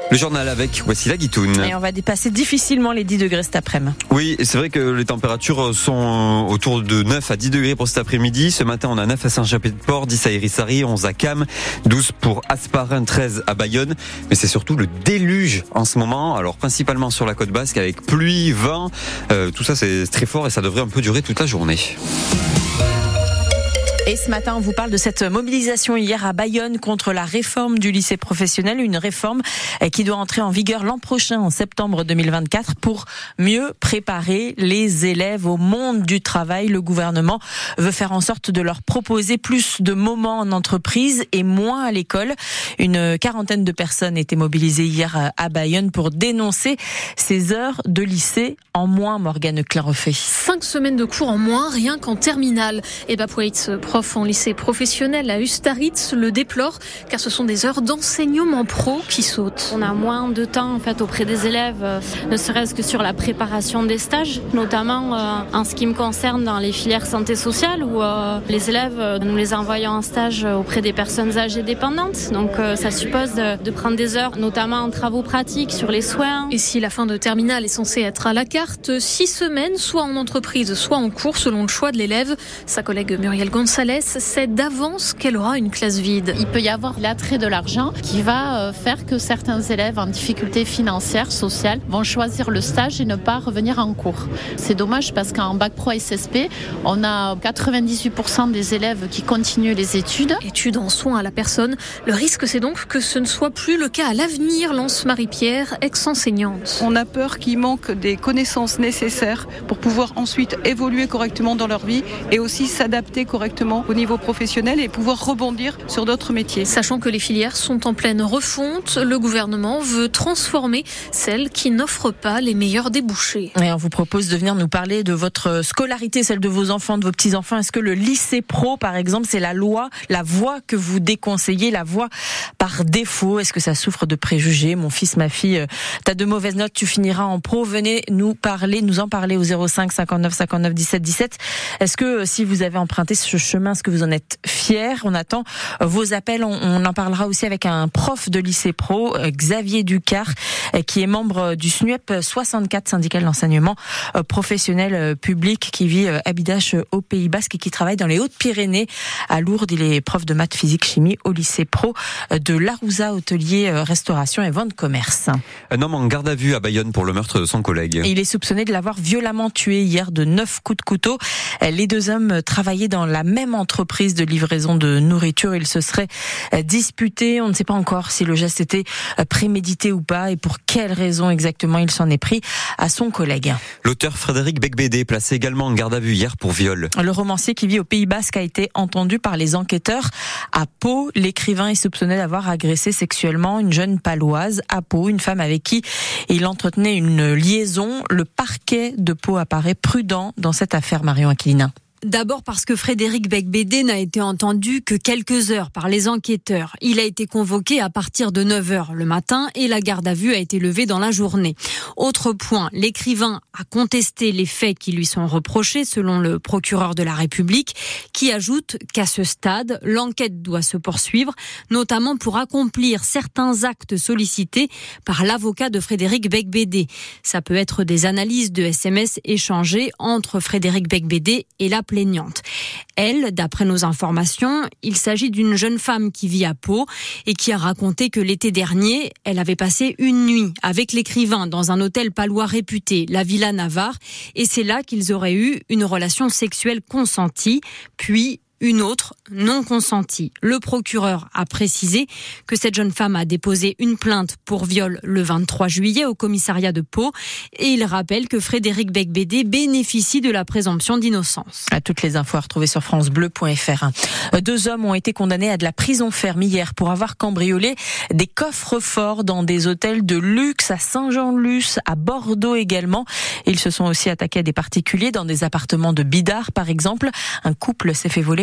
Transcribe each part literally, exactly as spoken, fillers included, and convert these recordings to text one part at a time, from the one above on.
Le journal avec Wassila Guitoun. Et on va dépasser difficilement les dix degrés cet après-midi. Oui, c'est vrai que les températures sont autour de neuf à dix degrés pour cet après-midi. Ce matin, on a neuf à Saint-Jean-Pied-de-Port, dix à Hérisary, onze à Cam, douze pour Hasparren, treize à Bayonne. Mais c'est surtout le déluge en ce moment. Alors principalement sur la côte basque avec pluie, vent. Euh, tout ça c'est très fort et ça devrait un peu durer toute la journée. Et ce matin, on vous parle de cette mobilisation hier à Bayonne contre la réforme du lycée professionnel, une réforme qui doit entrer en vigueur l'an prochain, en septembre deux mille vingt-quatre, pour mieux préparer les élèves au monde du travail. Le gouvernement veut faire en sorte de leur proposer plus de moments en entreprise et moins à l'école. Une quarantaine de personnes étaient mobilisées hier à Bayonne pour dénoncer ces heures de lycée en moins, Morgane Clairefait. Cinq semaines de cours en moins, rien qu'en terminale. Et bah, Poitz, prof en lycée professionnel à Ustaritz, le déplore car ce sont des heures d'enseignement pro qui sautent. On a moins de temps en fait auprès des élèves, euh, ne serait-ce que sur la préparation des stages, notamment euh, en ce qui me concerne dans les filières santé sociale où euh, les élèves, euh, nous les envoyons en stage auprès des personnes âgées dépendantes. Donc euh, ça suppose de, de prendre des heures, notamment en travaux pratiques sur les soins. Et si la fin de terminale est censée être à la carte, six semaines, soit en entreprise, soit en cours, selon le choix de l'élève. Sa collègue Muriel Gonzalez sait d'avance qu'elle aura une classe vide. Il peut y avoir l'attrait de l'argent qui va faire que certains élèves en difficulté financière, sociale, vont choisir le stage et ne pas revenir en cours. C'est dommage parce qu'en bac pro S S P, on a quatre-vingt-dix-huit pour cent des élèves qui continuent les études. Études en soins à la personne. Le risque, c'est donc que ce ne soit plus le cas à l'avenir, lance Marie-Pierre, ex-enseignante. On a peur qu'il manque des connaissances nécessaires pour pouvoir ensuite évoluer correctement dans leur vie et aussi s'adapter correctement au niveau professionnel et pouvoir rebondir sur d'autres métiers. Sachant que les filières sont en pleine refonte, le gouvernement veut transformer celles qui n'offrent pas les meilleurs débouchés. Et on vous propose de venir nous parler de votre scolarité, celle de vos enfants, de vos petits-enfants. Est-ce que le lycée pro, par exemple, c'est la loi, la voie que vous déconseillez, la voie par défaut? Est-ce que ça souffre de préjugés? Mon fils, ma fille, t'as de mauvaises notes, tu finiras en pro. Venez nous parler, nous en parler au zéro cinq cinquante-neuf cinquante-neuf dix-sept dix-sept. Est-ce que si vous avez emprunté ce chemin, est-ce que vous en êtes fiers? On attend vos appels. On, on en parlera aussi avec un prof de lycée pro, Xavier Ducard, qui est membre du S N U E P soixante-quatre, syndicat de l'enseignement professionnel public, qui vit à Bidache au Pays Basque et qui travaille dans les Hautes-Pyrénées à Lourdes. Il est prof de maths, physique, chimie au lycée pro de Larouza, hôtelier, restauration et vente commerce. Un homme en garde à vue à Bayonne pour le meurtre de son collègue. Et il est soupçonné de l'avoir violemment tué hier de neuf coups de couteau. Les deux hommes travaillaient dans la même entreprise de livraison de nourriture. Ils se seraient disputés. On ne sait pas encore si le geste était prémédité ou pas et pour quelles raisons exactement il s'en est pris à son collègue. L'auteur Frédéric Becbédé, placé également en garde à vue hier pour viol. Le romancier qui vit au Pays Basque a été entendu par les enquêteurs à Pau. L'écrivain est soupçonné d'avoir agressé sexuellement une jeune paloise à Pau, une femme avec qui il entretenait une liaison. Le parquet de Pau apparaît prudent dans cette affaire, Marion Aquilina. D'abord parce que Frédéric Becbédé n'a été entendu que quelques heures par les enquêteurs. Il a été convoqué à partir de neuf heures le matin et la garde à vue a été levée dans la journée. Autre point, l'écrivain a contesté les faits qui lui sont reprochés selon le procureur de la République, qui ajoute qu'à ce stade, l'enquête doit se poursuivre, notamment pour accomplir certains actes sollicités par l'avocat de Frédéric Becbédé. Ça peut être des analyses de S M S échangées entre Frédéric Becbédé et la plaignante. Elle, d'après nos informations, il s'agit d'une jeune femme qui vit à Pau et qui a raconté que l'été dernier, elle avait passé une nuit avec l'écrivain dans un hôtel palois réputé, la Villa Navarre, et c'est là qu'ils auraient eu une relation sexuelle consentie, puis une autre non consentie. Le procureur a précisé que cette jeune femme a déposé une plainte pour viol le vingt-trois juillet au commissariat de Pau et il rappelle que Frédéric Becbédé bénéficie de la présomption d'innocence. À toutes les infos à retrouver sur francebleu point f r. Deux hommes ont été condamnés à de la prison ferme hier pour avoir cambriolé des coffres forts dans des hôtels de luxe à Saint-Jean-de-Luz, à Bordeaux également. Ils se sont aussi attaqués à des particuliers dans des appartements de Bidart par exemple. Un couple s'est fait voler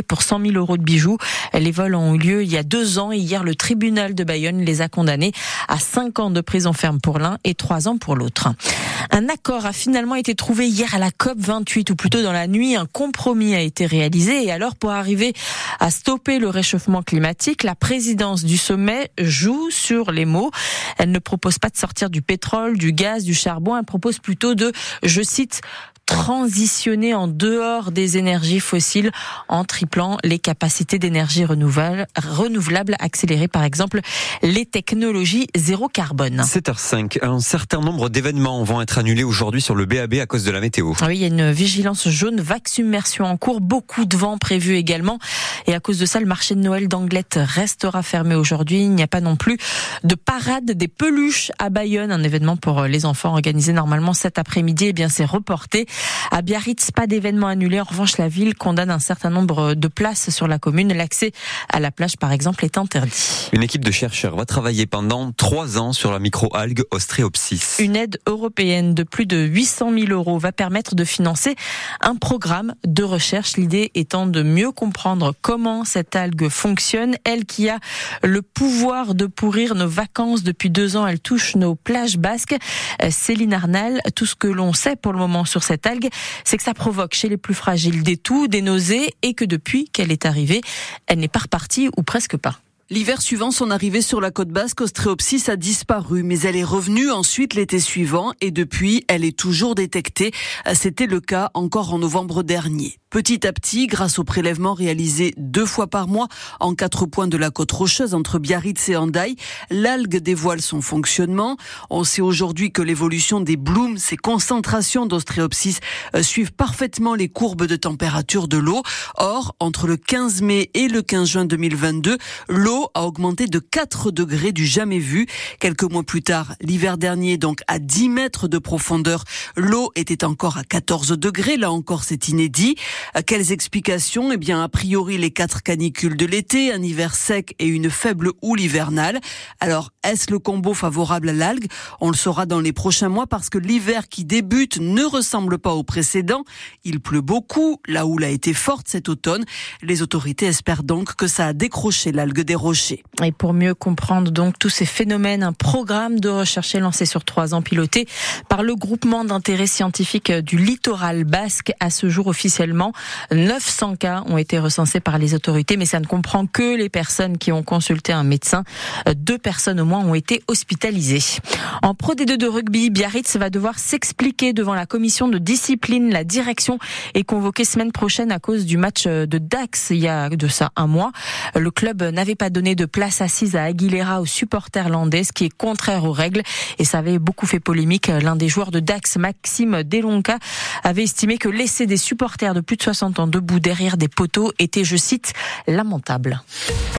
pour cent mille euros de bijoux. Les vols ont eu lieu il y a deux ans et hier le tribunal de Bayonne les a condamnés à cinq ans de prison ferme pour l'un et trois ans pour l'autre. Un accord a finalement été trouvé hier à la COP vingt-huit, ou plutôt dans la nuit, un compromis a été réalisé. Et alors, pour arriver à stopper le réchauffement climatique, la présidence du sommet joue sur les mots. Elle ne propose pas de sortir du pétrole, du gaz, du charbon. Elle propose plutôt de, je cite, transitionner en dehors des énergies fossiles en triplant les capacités d'énergie renouvelable, renouvelable, accélérer par exemple les technologies zéro carbone. sept heures cinq, un certain nombre d'événements vont être annulés aujourd'hui sur le B A B à cause de la météo. Oui, il y a une vigilance jaune, vague submersion en cours, beaucoup de vent prévu également. Et à cause de ça, le marché de Noël d'Anglet restera fermé aujourd'hui. Il n'y a pas non plus de parade des peluches à Bayonne, un événement pour les enfants organisé normalement cet après-midi. Eh bien, c'est reporté. À Biarritz, pas d'événement annulé. En revanche, la ville condamne un certain nombre de places sur la commune. L'accès à la plage, par exemple, est interdit. Une équipe de chercheurs va travailler pendant trois ans sur la microalgue Ostreopsis. Une aide européenne de plus de huit cent mille euros va permettre de financer un programme de recherche. L'idée étant de mieux comprendre comment cette algue fonctionne. Elle qui a le pouvoir de pourrir nos vacances depuis deux ans. Elle touche nos plages basques. Céline Arnal, tout ce que l'on sait pour le moment sur cette algue, c'est que ça provoque chez les plus fragiles des toux, des nausées et que depuis qu'elle est arrivée, elle n'est pas repartie ou presque pas. L'hiver suivant son arrivée sur la côte basque, Ostreopsis a disparu, mais elle est revenue ensuite l'été suivant et depuis, elle est toujours détectée. C'était le cas encore en novembre dernier. Petit à petit, grâce aux prélèvements réalisés deux fois par mois en quatre points de la côte rocheuse entre Biarritz et Hendaye, l'algue dévoile son fonctionnement. On sait aujourd'hui que l'évolution des blooms, ces concentrations d'Ostreopsis, suivent parfaitement les courbes de température de l'eau. Or, entre le quinze mai et le quinze juin deux mille vingt-deux, l'eau a augmenté de quatre degrés du jamais vu. Quelques mois plus tard, l'hiver dernier, donc à dix mètres de profondeur, l'eau était encore à quatorze degrés. Là encore, c'est inédit. Quelles explications ? Eh bien, a priori, les quatre canicules de l'été, un hiver sec et une faible houle hivernale. Alors, est-ce le combo favorable à l'algue ? On le saura dans les prochains mois parce que l'hiver qui débute ne ressemble pas au précédent. Il pleut beaucoup, la houle a été forte cet automne. Les autorités espèrent donc que ça a décroché l'algue des rochers. Et pour mieux comprendre donc tous ces phénomènes, un programme de recherche est lancé sur trois ans, piloté par le groupement d'intérêt scientifique du littoral basque. À ce jour, officiellement, neuf cents cas ont été recensés par les autorités, mais ça ne comprend que les personnes qui ont consulté un médecin. Deux personnes au moins ont été hospitalisées. En Pro D deux de rugby, Biarritz va devoir s'expliquer devant la commission de discipline. La direction est convoquée semaine prochaine à cause du match de Dax il y a de ça un mois. Le club n'avait pas donné de place assise à Aguilera aux supporters landais, ce qui est contraire aux règles et ça avait beaucoup fait polémique. L'un des joueurs de Dax, Maxime Delonca, avait estimé que laisser des supporters de plus de soixante ans debout derrière des poteaux était, je cite, lamentable.